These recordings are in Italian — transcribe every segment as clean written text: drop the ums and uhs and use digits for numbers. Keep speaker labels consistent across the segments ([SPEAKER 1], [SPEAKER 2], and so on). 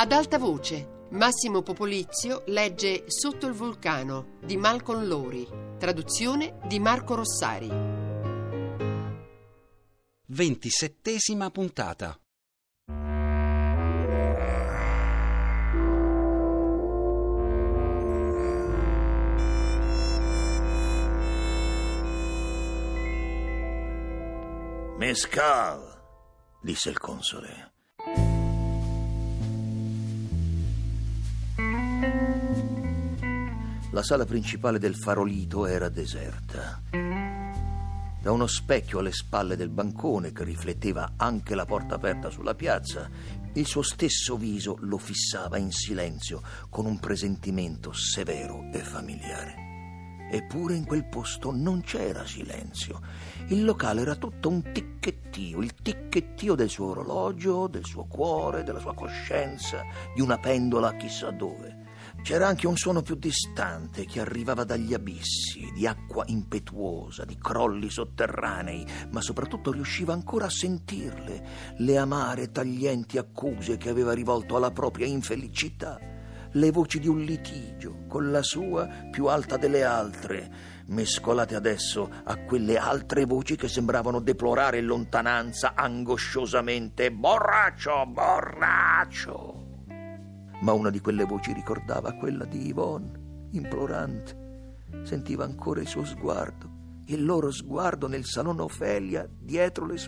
[SPEAKER 1] Ad alta voce, Massimo Popolizio legge Sotto il vulcano di Malcolm Lowry, traduzione di Marco Rossari.
[SPEAKER 2] 27ª puntata.
[SPEAKER 3] Mescal, disse il console. La sala principale del Farolito era deserta. Da uno specchio alle spalle del bancone, che rifletteva anche la porta aperta sulla piazza, il suo stesso viso lo fissava in silenzio con un presentimento severo e familiare. Eppure in quel posto non c'era silenzio. Il locale era tutto un ticchettio, il ticchettio del suo orologio, del suo cuore, della sua coscienza, di una pendola chissà dove. C'era anche un suono più distante che arrivava dagli abissi, di acqua impetuosa, di crolli sotterranei, ma soprattutto riusciva ancora a sentirle, le amare taglienti accuse che aveva rivolto alla propria infelicità, le voci di un litigio, con la sua più alta delle altre, mescolate adesso a quelle altre voci che sembravano deplorare in lontananza angosciosamente «Borraccio, borraccio!». Ma una di quelle voci ricordava quella di Yvonne, implorante. Sentiva ancora il suo sguardo, il loro sguardo nel salone Ofelia, dietro le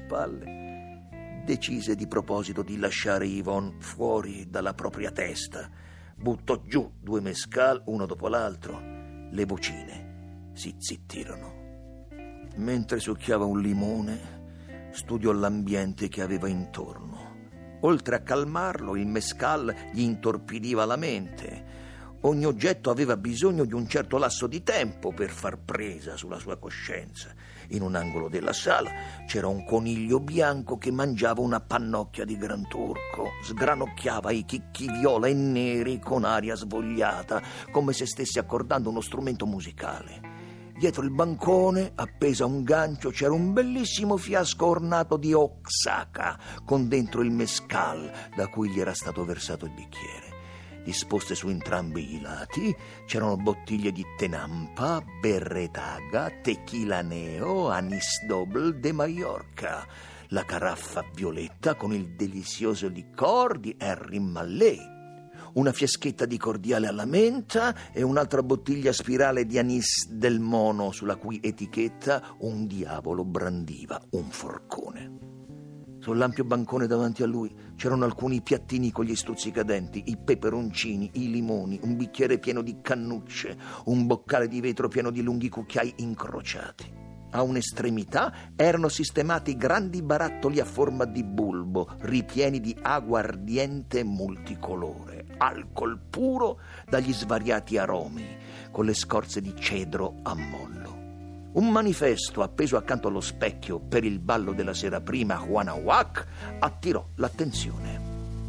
[SPEAKER 3] spalle. Decise di proposito di lasciare Yvonne fuori dalla propria testa. Buttò giù 2 mescal, uno dopo l'altro. Le vocine si zittirono. Mentre succhiava un limone, studiò l'ambiente che aveva intorno. Oltre a calmarlo, il mescal gli intorpidiva la mente. Ogni oggetto aveva bisogno di un certo lasso di tempo per far presa sulla sua coscienza. In un angolo della sala c'era un coniglio bianco che mangiava una pannocchia di Gran Turco, sgranocchiava i chicchi viola e neri con aria svogliata, come se stesse accordando uno strumento musicale. Dietro il bancone, appeso a un gancio, c'era un bellissimo fiasco ornato di oxaca, con dentro il mescal da cui gli era stato versato il bicchiere. Disposte su entrambi i lati c'erano bottiglie di Tenampa, Berretaga, Tequila Neo, Anis Doble de Mallorca, la caraffa violetta con il delizioso liquor di Henry Mallet, una fiaschetta di cordiale alla menta e un'altra bottiglia spirale di anis del mono, sulla cui etichetta un diavolo brandiva un forcone. Sull'ampio bancone davanti a lui c'erano alcuni piattini con gli stuzzicadenti, i peperoncini, i limoni, un bicchiere pieno di cannucce, un boccale di vetro pieno di lunghi cucchiai incrociati. A un'estremità erano sistemati grandi barattoli a forma di bulbo, ripieni di aguardiente multicolore, alcol puro dagli svariati aromi, con le scorze di cedro a mollo. Un manifesto appeso accanto allo specchio per il ballo della sera prima a Juanahuac attirò l'attenzione.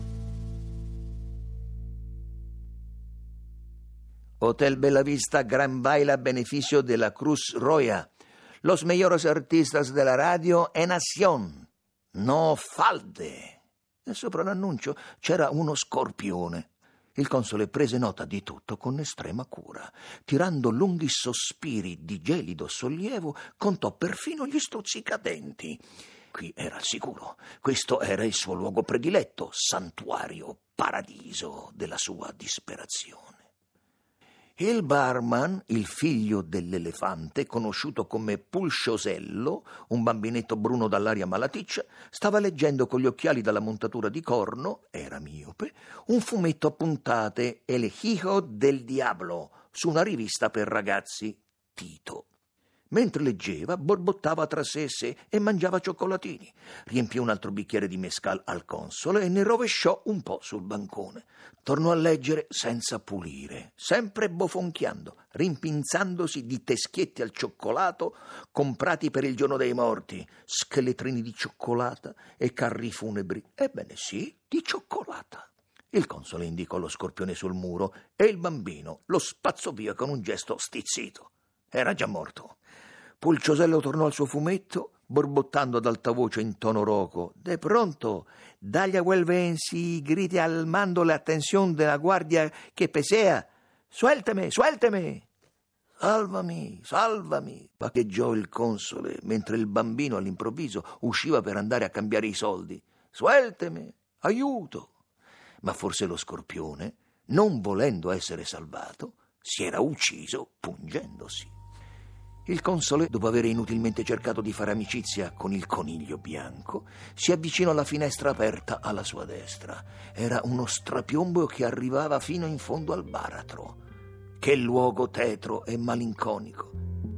[SPEAKER 3] Hotel Bella Vista Gran Baile a beneficio de la Cruz Roja. Los mejores artistas de la radio en Nación. No falde. E sopra l'annuncio c'era uno scorpione. Il console prese nota di tutto con estrema cura. Tirando lunghi sospiri di gelido sollievo, contò perfino gli stuzzicadenti. Qui era al sicuro. Questo era il suo luogo prediletto, santuario, paradiso della sua disperazione. Il barman, il figlio dell'elefante, conosciuto come Pulciosello, un bambinetto bruno dall'aria malaticcia, stava leggendo con gli occhiali dalla montatura di corno, era miope, un fumetto a puntate, El Hijo del Diablo, su una rivista per ragazzi, Tito. Mentre leggeva, borbottava tra sé e sé e mangiava cioccolatini. Riempì un altro bicchiere di mescal al console e ne rovesciò un po' sul bancone. Tornò a leggere senza pulire, sempre bofonchiando, rimpinzandosi di teschietti al cioccolato comprati per il giorno dei morti, scheletrini di cioccolata e carri funebri. Ebbene sì, di cioccolata. Il console indicò lo scorpione sul muro e il bambino lo spazzò via con un gesto stizzito. Era già morto. Pulciosello tornò al suo fumetto, borbottando ad alta voce in tono roco: «De pronto, dagli a Huelvensi, griti al mando la attenzione della guardia che pesea. Suélteme, suélteme!» «Salvami, salvami!» baccheggiò il console, mentre il bambino all'improvviso usciva per andare a cambiare i soldi. «Suélteme, aiuto!» Ma forse lo scorpione, non volendo essere salvato, si era ucciso pungendosi. Il console, dopo aver inutilmente cercato di fare amicizia con il coniglio bianco, si avvicinò alla finestra aperta alla sua destra. Era uno strapiombo che arrivava fino in fondo al baratro. Che luogo tetro e malinconico!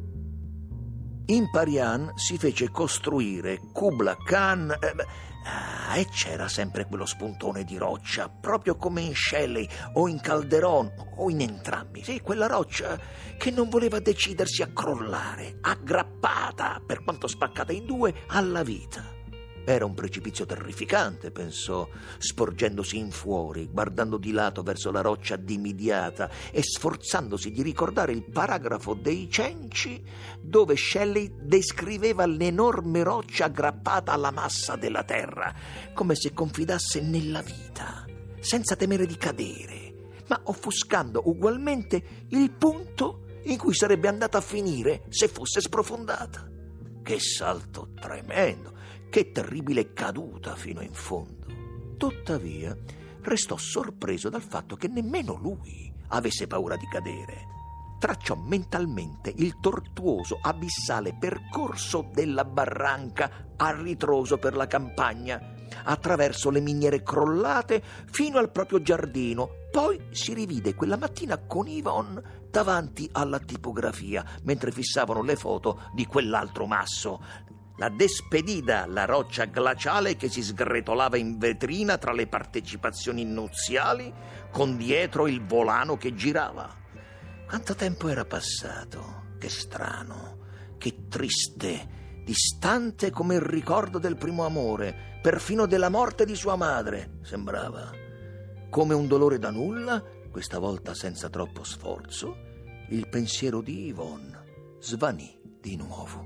[SPEAKER 3] In Parian si fece costruire Kubla Khan e c'era sempre quello spuntone di roccia, proprio come in Shelley o in Calderon o in entrambi. Sì, quella roccia che non voleva decidersi a crollare, aggrappata, per quanto spaccata in due, alla vita. Era un precipizio terrificante, pensò, sporgendosi in fuori, guardando di lato verso la roccia dimidiata e sforzandosi di ricordare il paragrafo dei Cenci dove Shelley descriveva l'enorme roccia aggrappata alla massa della terra, come se confidasse nella vita, senza temere di cadere, ma offuscando ugualmente il punto in cui sarebbe andata a finire se fosse sprofondata. Che salto tremendo! Che terribile caduta fino in fondo. Tuttavia, restò sorpreso dal fatto che nemmeno lui avesse paura di cadere. Tracciò mentalmente il tortuoso, abissale percorso della barranca a ritroso per la campagna, attraverso le miniere crollate fino al proprio giardino. Poi si rivide quella mattina con Yvonne davanti alla tipografia, mentre fissavano le foto di quell'altro masso. La despedida, la roccia glaciale che si sgretolava in vetrina tra le partecipazioni nuziali, con dietro il volano che girava. Quanto tempo era passato? Che strano, che triste, distante come il ricordo del primo amore, perfino della morte di sua madre, sembrava. Come un dolore da nulla, questa volta senza troppo sforzo, il pensiero di Yvonne svanì di nuovo.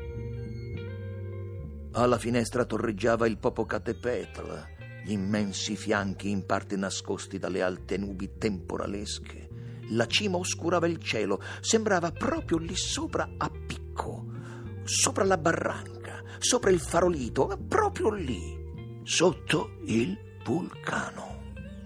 [SPEAKER 3] Alla finestra torreggiava il Popocatépetl, gli immensi fianchi in parte nascosti dalle alte nubi temporalesche. La cima oscurava il cielo, sembrava proprio lì sopra a picco, sopra la barranca, sopra il farolito, proprio lì, sotto il vulcano.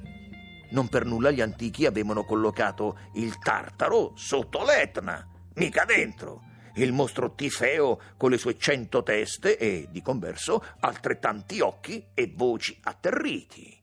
[SPEAKER 3] Non per nulla gli antichi avevano collocato il Tartaro sotto l'Etna, mica dentro. Il mostro Tifeo con le sue 100 teste e, di converso, altrettanti occhi e voci atterriti.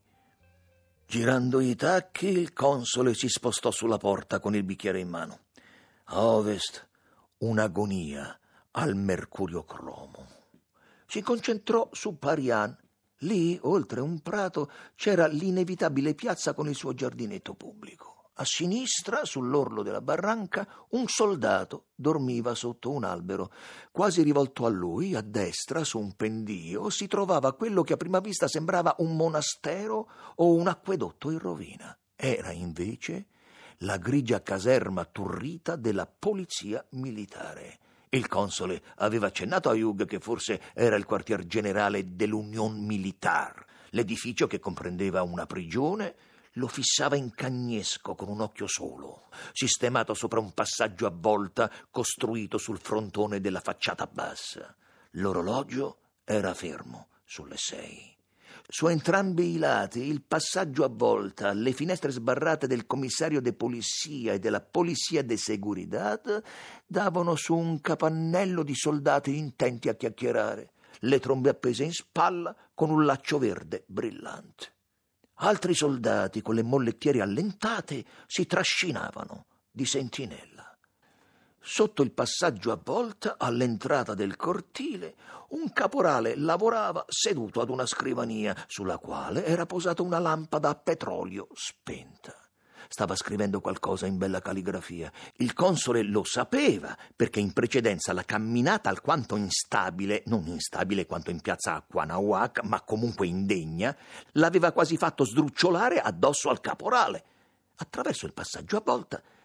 [SPEAKER 3] Girando i tacchi, il console si spostò sulla porta con il bicchiere in mano. A ovest, un'agonia al mercurio cromo. Si concentrò su Parian. Lì, oltre un prato, c'era l'inevitabile piazza con il suo giardinetto pubblico. A sinistra, sull'orlo della barranca, un soldato dormiva sotto un albero. Quasi rivolto a lui, a destra, su un pendio, si trovava quello che a prima vista sembrava un monastero o un acquedotto in rovina. Era invece la grigia caserma turrita della polizia militare. Il console aveva accennato a Hugh che forse era il quartier generale dell'Union Militaire, l'edificio che comprendeva una prigione. Lo fissava in cagnesco con un occhio solo, sistemato sopra un passaggio a volta costruito sul frontone della facciata bassa. L'orologio era fermo sulle 6. Su entrambi i lati il passaggio a volta, le finestre sbarrate del commissario de polizia e della polizia de seguridad davano su un capannello di soldati intenti a chiacchierare, le trombe appese in spalla con un laccio verde brillante. Altri soldati, con le mollettiere allentate, si trascinavano di sentinella. Sotto il passaggio a volta, all'entrata del cortile, un caporale lavorava seduto ad una scrivania, sulla quale era posata una lampada a petrolio spenta. Stava scrivendo qualcosa in bella calligrafia. Il console lo sapeva, perché in precedenza la camminata alquanto instabile, non instabile quanto in piazza Aquanahuac, ma comunque indegna, l'aveva quasi fatto sdrucciolare addosso al caporale. Attraverso il passaggio a volta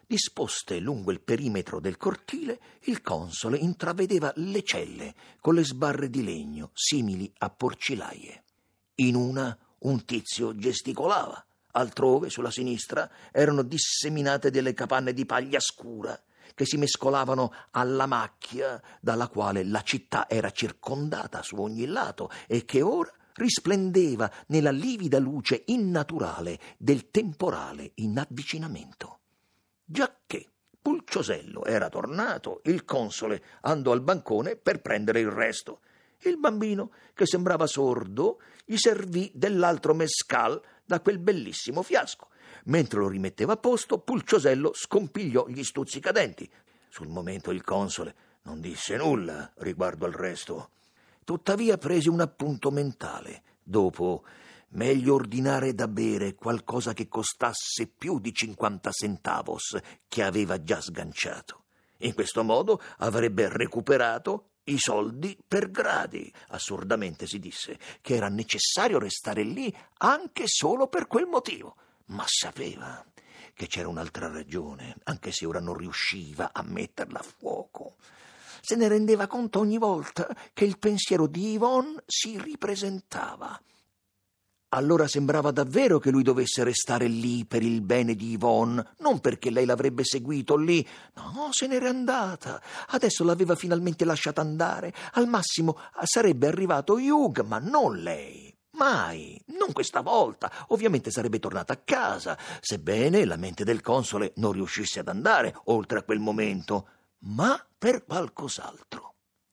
[SPEAKER 3] disposte lungo il perimetro del cortile, il console intravedeva le celle con le sbarre di legno simili a porcilaie. In una un tizio gesticolava, altrove, sulla sinistra, erano disseminate delle capanne di paglia scura che si mescolavano alla macchia dalla quale la città era circondata su ogni lato e che ora risplendeva nella livida luce innaturale del temporale in avvicinamento. Giacché Pulciosello era tornato, il console andò al bancone per prendere il resto. Il bambino, che sembrava sordo, gli servì dell'altro mescal da quel bellissimo fiasco. Mentre lo rimetteva a posto, Pulciosello scompigliò gli stuzzicadenti. Sul momento il console non disse nulla riguardo al resto. Tuttavia prese un appunto mentale. Dopo, meglio ordinare da bere qualcosa che costasse più di 50 centavos che aveva già sganciato. In questo modo avrebbe recuperato i soldi per gradi. Assurdamente si disse che era necessario restare lì anche solo per quel motivo. Ma sapeva che c'era un'altra ragione, anche se ora non riusciva a metterla a fuoco. Se ne rendeva conto ogni volta che il pensiero di Yvonne si ripresentava. Allora sembrava davvero che lui dovesse restare lì per il bene di Yvonne, non perché lei l'avrebbe seguito lì. No, se n'era andata. Adesso l'aveva finalmente lasciata andare. Al massimo sarebbe arrivato Hugh, ma non lei. Mai, non questa volta. Ovviamente sarebbe tornata a casa, sebbene la mente del console non riuscisse ad andare oltre a quel momento, ma per qualcos'altro.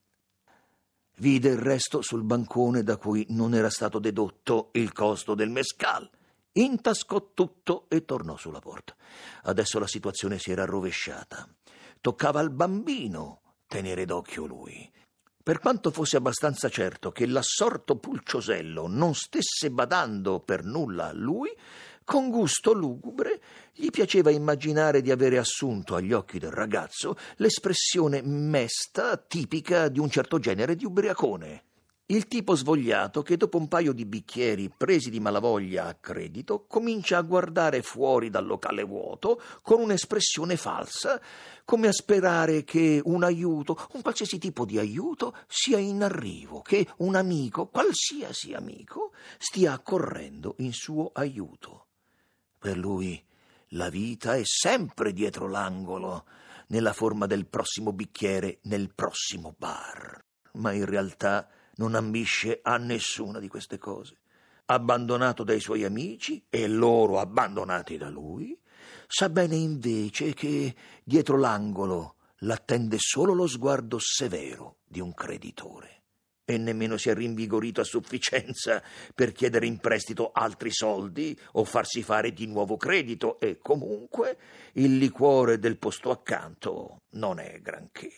[SPEAKER 3] Vide il resto sul bancone da cui non era stato dedotto il costo del mescal. Intascò tutto e tornò sulla porta. Adesso la situazione si era rovesciata. Toccava al bambino tenere d'occhio lui. Per quanto fosse abbastanza certo che l'assorto Pulciosello non stesse badando per nulla a lui, con gusto lugubre gli piaceva immaginare di avere assunto agli occhi del ragazzo l'espressione mesta tipica di un certo genere di ubriacone. Il tipo svogliato che dopo un paio di bicchieri presi di malavoglia a credito comincia a guardare fuori dal locale vuoto con un'espressione falsa, come a sperare che un aiuto, un qualsiasi tipo di aiuto, sia in arrivo, che un amico, qualsiasi amico, stia accorrendo in suo aiuto. Per lui la vita è sempre dietro l'angolo, nella forma del prossimo bicchiere nel prossimo bar, ma in realtà non ambisce a nessuna di queste cose. Abbandonato dai suoi amici e loro abbandonati da lui, sa bene invece che dietro l'angolo l'attende solo lo sguardo severo di un creditore e nemmeno si è rinvigorito a sufficienza per chiedere in prestito altri soldi o farsi fare di nuovo credito e comunque il liquore del posto accanto non è granché.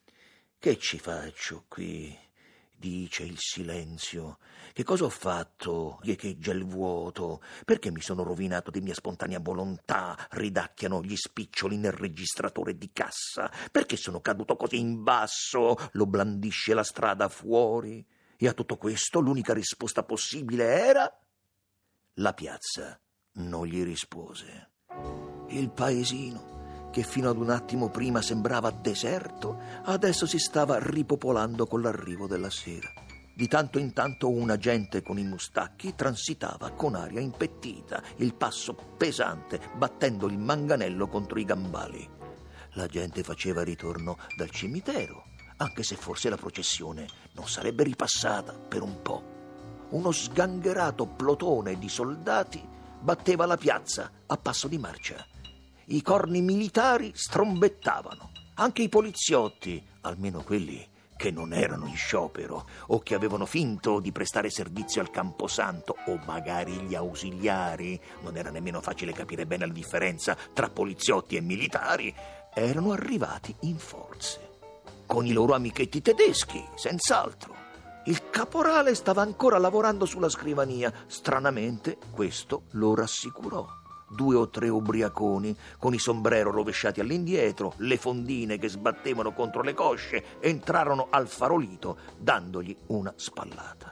[SPEAKER 3] Che ci faccio qui? Dice il silenzio. Che cosa ho fatto? Echeggia il vuoto. Perché mi sono rovinato di mia spontanea volontà? Ridacchiano gli spiccioli nel registratore di cassa. Perché sono caduto così in basso? Lo blandisce la strada fuori. E a tutto questo l'unica risposta possibile era... La piazza non gli rispose. Il paesino, che fino ad un attimo prima sembrava deserto, adesso si stava ripopolando con l'arrivo della sera. Di tanto in tanto un agente con i mustacchi transitava con aria impettita, il passo pesante, battendo il manganello contro i gambali. La gente faceva ritorno dal cimitero, anche se forse la processione non sarebbe ripassata per un po'. Uno sgangherato plotone di soldati batteva la piazza a passo di marcia. I corni militari strombettavano. Anche i poliziotti, almeno quelli che non erano in sciopero o che avevano finto di prestare servizio al Camposanto, o magari gli ausiliari, non era nemmeno facile capire bene la differenza tra poliziotti e militari, erano arrivati in forze. Con i loro amichetti tedeschi, senz'altro. Il caporale stava ancora lavorando sulla scrivania. Stranamente, questo lo rassicurò. 2 o 3 ubriaconi con i sombrero rovesciati all'indietro, le fondine che sbattevano contro le cosce, entrarono al farolito dandogli una spallata.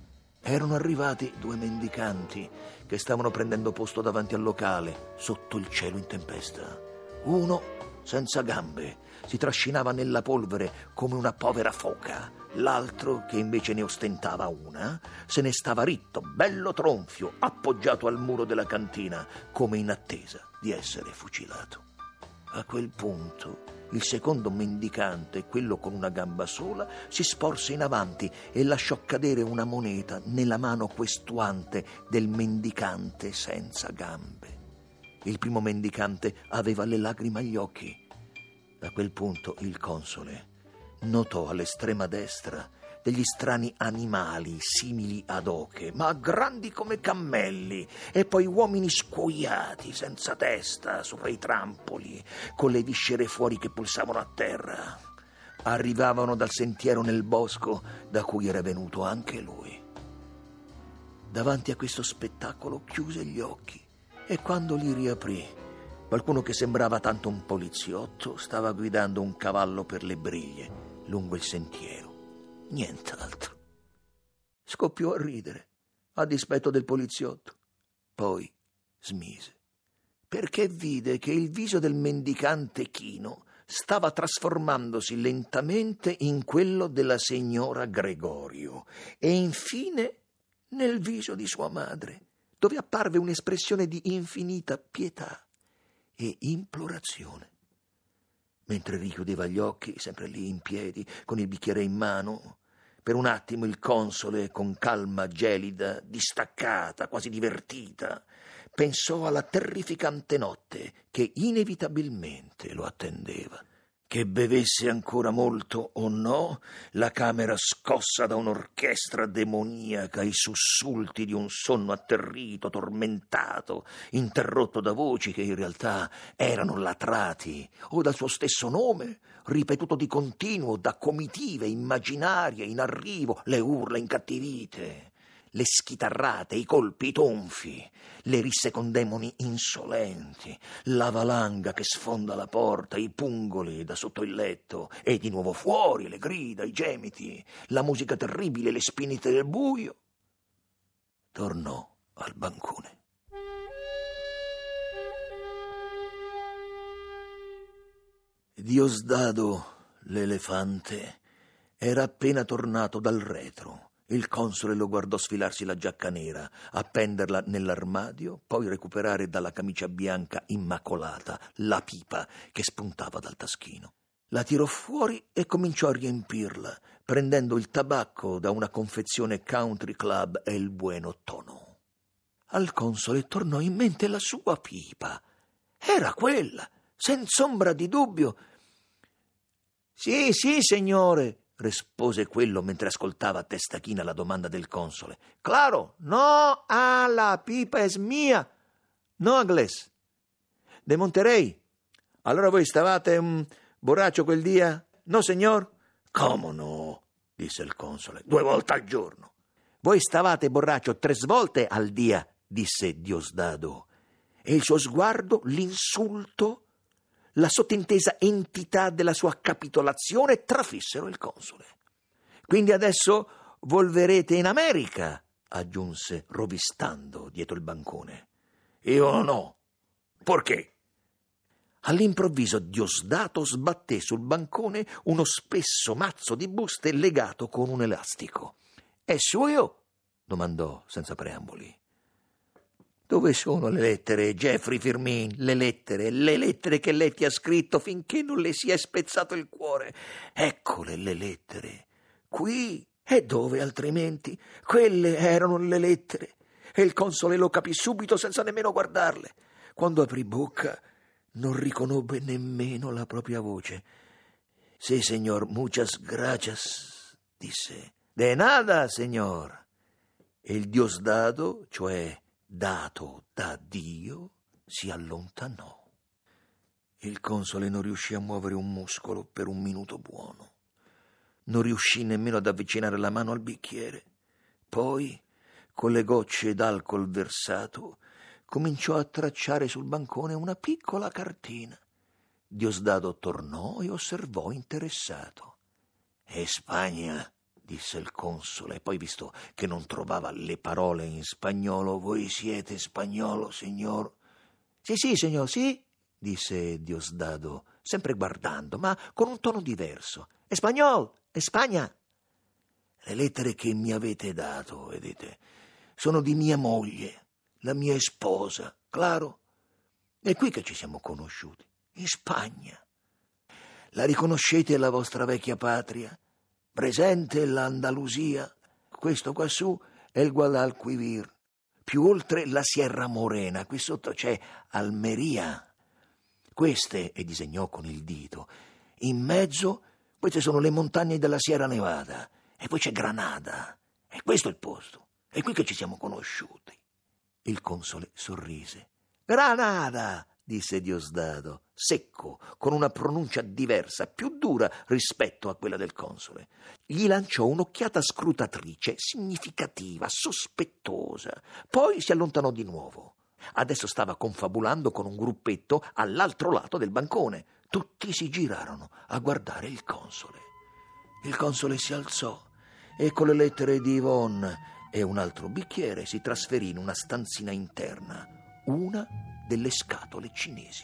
[SPEAKER 3] Erano arrivati 2 mendicanti che stavano prendendo posto davanti al locale sotto il cielo in tempesta. Uno, senza gambe, si trascinava nella polvere come una povera foca. L'altro, che invece ne ostentava una, se ne stava ritto, bello tronfio, appoggiato al muro della cantina, come in attesa di essere fucilato. A quel punto il secondo mendicante, quello con una gamba sola, si sporse in avanti e lasciò cadere una moneta nella mano questuante del mendicante senza gambe. Il primo mendicante aveva le lacrime agli occhi. A quel punto il console notò all'estrema destra degli strani animali simili ad oche, ma grandi come cammelli, e poi uomini scuoiati, senza testa, sopra i trampoli, con le viscere fuori che pulsavano a terra. Arrivavano dal sentiero nel bosco da cui era venuto anche lui. Davanti a questo spettacolo chiuse gli occhi e quando li riaprì, qualcuno che sembrava tanto un poliziotto stava guidando un cavallo per le briglie lungo il sentiero. Nient'altro. Scoppiò a ridere, a dispetto del poliziotto. Poi smise, perché vide che il viso del mendicante chino stava trasformandosi lentamente in quello della signora Gregorio e infine nel viso di sua madre, dove apparve un'espressione di infinita pietà e implorazione. Mentre richiudeva gli occhi, sempre lì in piedi, con il bicchiere in mano, per un attimo il console, con calma gelida, distaccata, quasi divertita, pensò alla terrificante notte che inevitabilmente lo attendeva. Che bevesse ancora molto o no, la camera scossa da un'orchestra demoniaca, i sussulti di un sonno atterrito, tormentato, interrotto da voci che in realtà erano latrati, o dal suo stesso nome, ripetuto di continuo da comitive immaginarie in arrivo, le urla incattivite, le schitarrate, i colpi, i tonfi, le risse con demoni insolenti, la valanga che sfonda la porta, i pungoli da sotto il letto e di nuovo fuori, le grida, i gemiti, la musica terribile, le spinite del buio. Tornò al bancone. Diosdado, l'elefante, era appena tornato dal retro. Il console lo guardò sfilarsi la giacca nera, appenderla nell'armadio, poi recuperare dalla camicia bianca immacolata la pipa che spuntava dal taschino. La tirò fuori e cominciò a riempirla, prendendo il tabacco da una confezione Country Club e il Bueno Tono. Al console tornò in mente la sua pipa. Era quella, senza ombra di dubbio. Sì, signore, rispose quello mentre ascoltava a testa china la domanda del console. Claro, no, la pipa es mia. No, inglés. De Monterrey. Allora voi stavate borracho quel dia? No, signor. Come no? Disse il console. 2 volte al giorno. Voi stavate borracho 3 volte al dia, disse Diosdado. E il suo sguardo, l'insulto, la sottintesa entità della sua capitolazione trafissero il console. Quindi adesso volverete in America, aggiunse rovistando dietro il bancone. Io no. Perché? All'improvviso Diosdado sbatté sul bancone uno spesso mazzo di buste legato con un elastico. È suo? Domandò senza preamboli. Dove sono le lettere, Jeffrey Firmin? Le lettere che lei ti ha scritto finché non le sia spezzato il cuore. Eccole le lettere. Qui. E dove altrimenti? Quelle erano le lettere. E il console lo capì subito senza nemmeno guardarle. Quando aprì bocca non riconobbe nemmeno la propria voce. «Sí, señor, muchas gracias», disse. «De nada, señor». E il Diosdado, cioè dato da Dio, si allontanò. Il console non riuscì a muovere un muscolo per un minuto buono. Non riuscì nemmeno ad avvicinare la mano al bicchiere. Poi, con le gocce d'alcol versato, cominciò a tracciare sul bancone una piccola cartina. Diosdado tornò e osservò interessato. «È Spagna», disse il console, e poi, visto che non trovava le parole in spagnolo, «Voi siete spagnolo, signor?» Sì, signor, sì», disse Diosdado, sempre guardando, ma con un tono diverso. Espagnol, Spagna. Le lettere che mi avete dato, vedete, sono di mia moglie, la mia sposa, claro? È qui che ci siamo conosciuti, in Spagna. La riconoscete la vostra vecchia patria? Presente l'Andalusia? Questo quassù è il Guadalquivir. Più oltre la Sierra Morena, qui sotto c'è Almeria. Queste, e disegnò con il dito, in mezzo, queste sono le montagne della Sierra Nevada, e poi c'è Granada. E questo è il posto, è qui che ci siamo conosciuti. Il console sorrise. Granada, disse Diosdado, secco, con una pronuncia diversa, più dura rispetto a quella del console. Gli lanciò un'occhiata scrutatrice, significativa, sospettosa. Poi si allontanò di nuovo. Adesso stava confabulando con un gruppetto all'altro lato del bancone. Tutti si girarono a guardare il console. Il console si alzò e con le lettere di Yvonne e un altro bicchiere si trasferì in una stanzina interna, una delle scatole cinesi.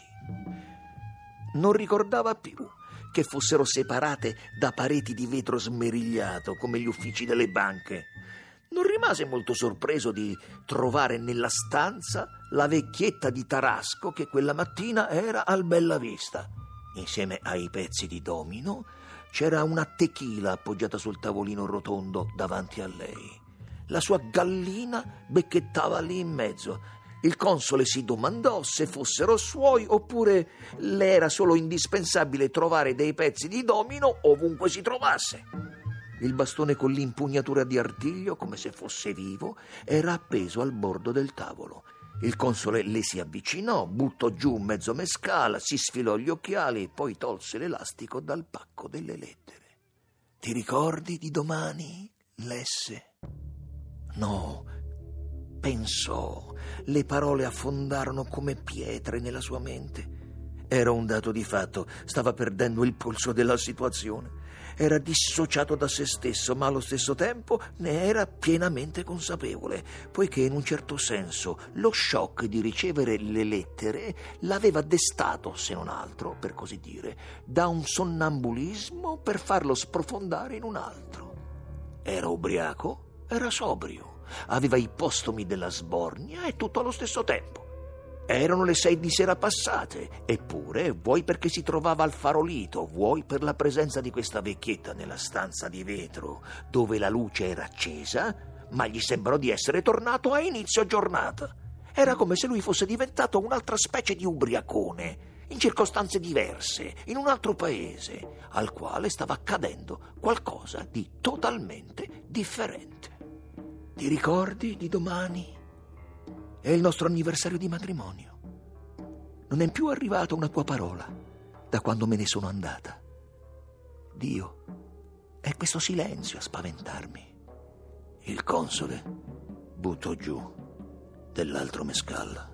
[SPEAKER 3] Non ricordava più che fossero separate da pareti di vetro smerigliato come gli uffici delle banche. Non rimase molto sorpreso di trovare nella stanza la vecchietta di Tarasco che quella mattina era al Bellavista. Insieme ai pezzi di domino c'era una tequila appoggiata sul tavolino rotondo davanti a lei. La sua gallina becchettava lì in mezzo. Il console si domandò se fossero suoi oppure le era solo indispensabile trovare dei pezzi di domino ovunque si trovasse. Il bastone con l'impugnatura di artiglio, come se fosse vivo, era appeso al bordo del tavolo. Il console le si avvicinò, buttò giù mezzo mescal, si sfilò gli occhiali e poi tolse l'elastico dal pacco delle lettere. Ti ricordi di domani? Lesse. No, pensò. Le parole affondarono come pietre nella sua mente. Era un dato di fatto, stava perdendo il polso della situazione. Era dissociato da se stesso, ma allo stesso tempo ne era pienamente consapevole, poiché in un certo senso lo shock di ricevere le lettere l'aveva destato, se non altro, per così dire, da un sonnambulismo per farlo sprofondare in un altro. Era ubriaco, era sobrio, aveva i postumi della sbornia e tutto allo stesso tempo. Erano le 6 di sera passate, eppure, vuoi perché si trovava al farolito, vuoi per la presenza di questa vecchietta nella stanza di vetro, dove la luce era accesa, ma gli sembrò di essere tornato a inizio giornata. Era come se lui fosse diventato un'altra specie di ubriacone, in circostanze diverse, in un altro paese, al quale stava accadendo qualcosa di totalmente differente. Ti ricordi di domani? È il nostro anniversario di matrimonio. Non è più arrivata una tua parola da quando me ne sono andata. Dio, è questo silenzio a spaventarmi. Il console buttò giù dell'altro mescal.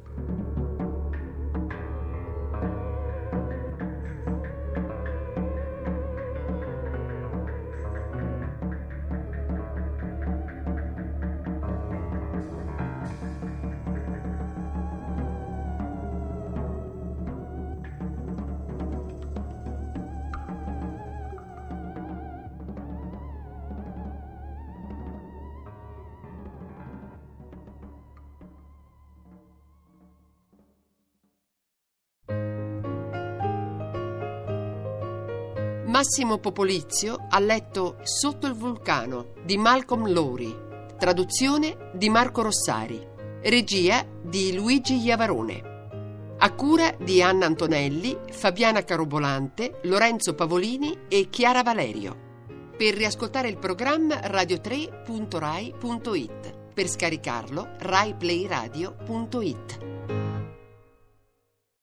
[SPEAKER 1] Massimo Popolizio ha letto Sotto il vulcano di Malcolm Lowry, traduzione di Marco Rossari, regia di Luigi Iavarone, a cura di Anna Antonelli, Fabiana Carobolante, Lorenzo Pavolini e Chiara Valerio. Per riascoltare il programma radio3.rai.it, per scaricarlo raiplayradio.it.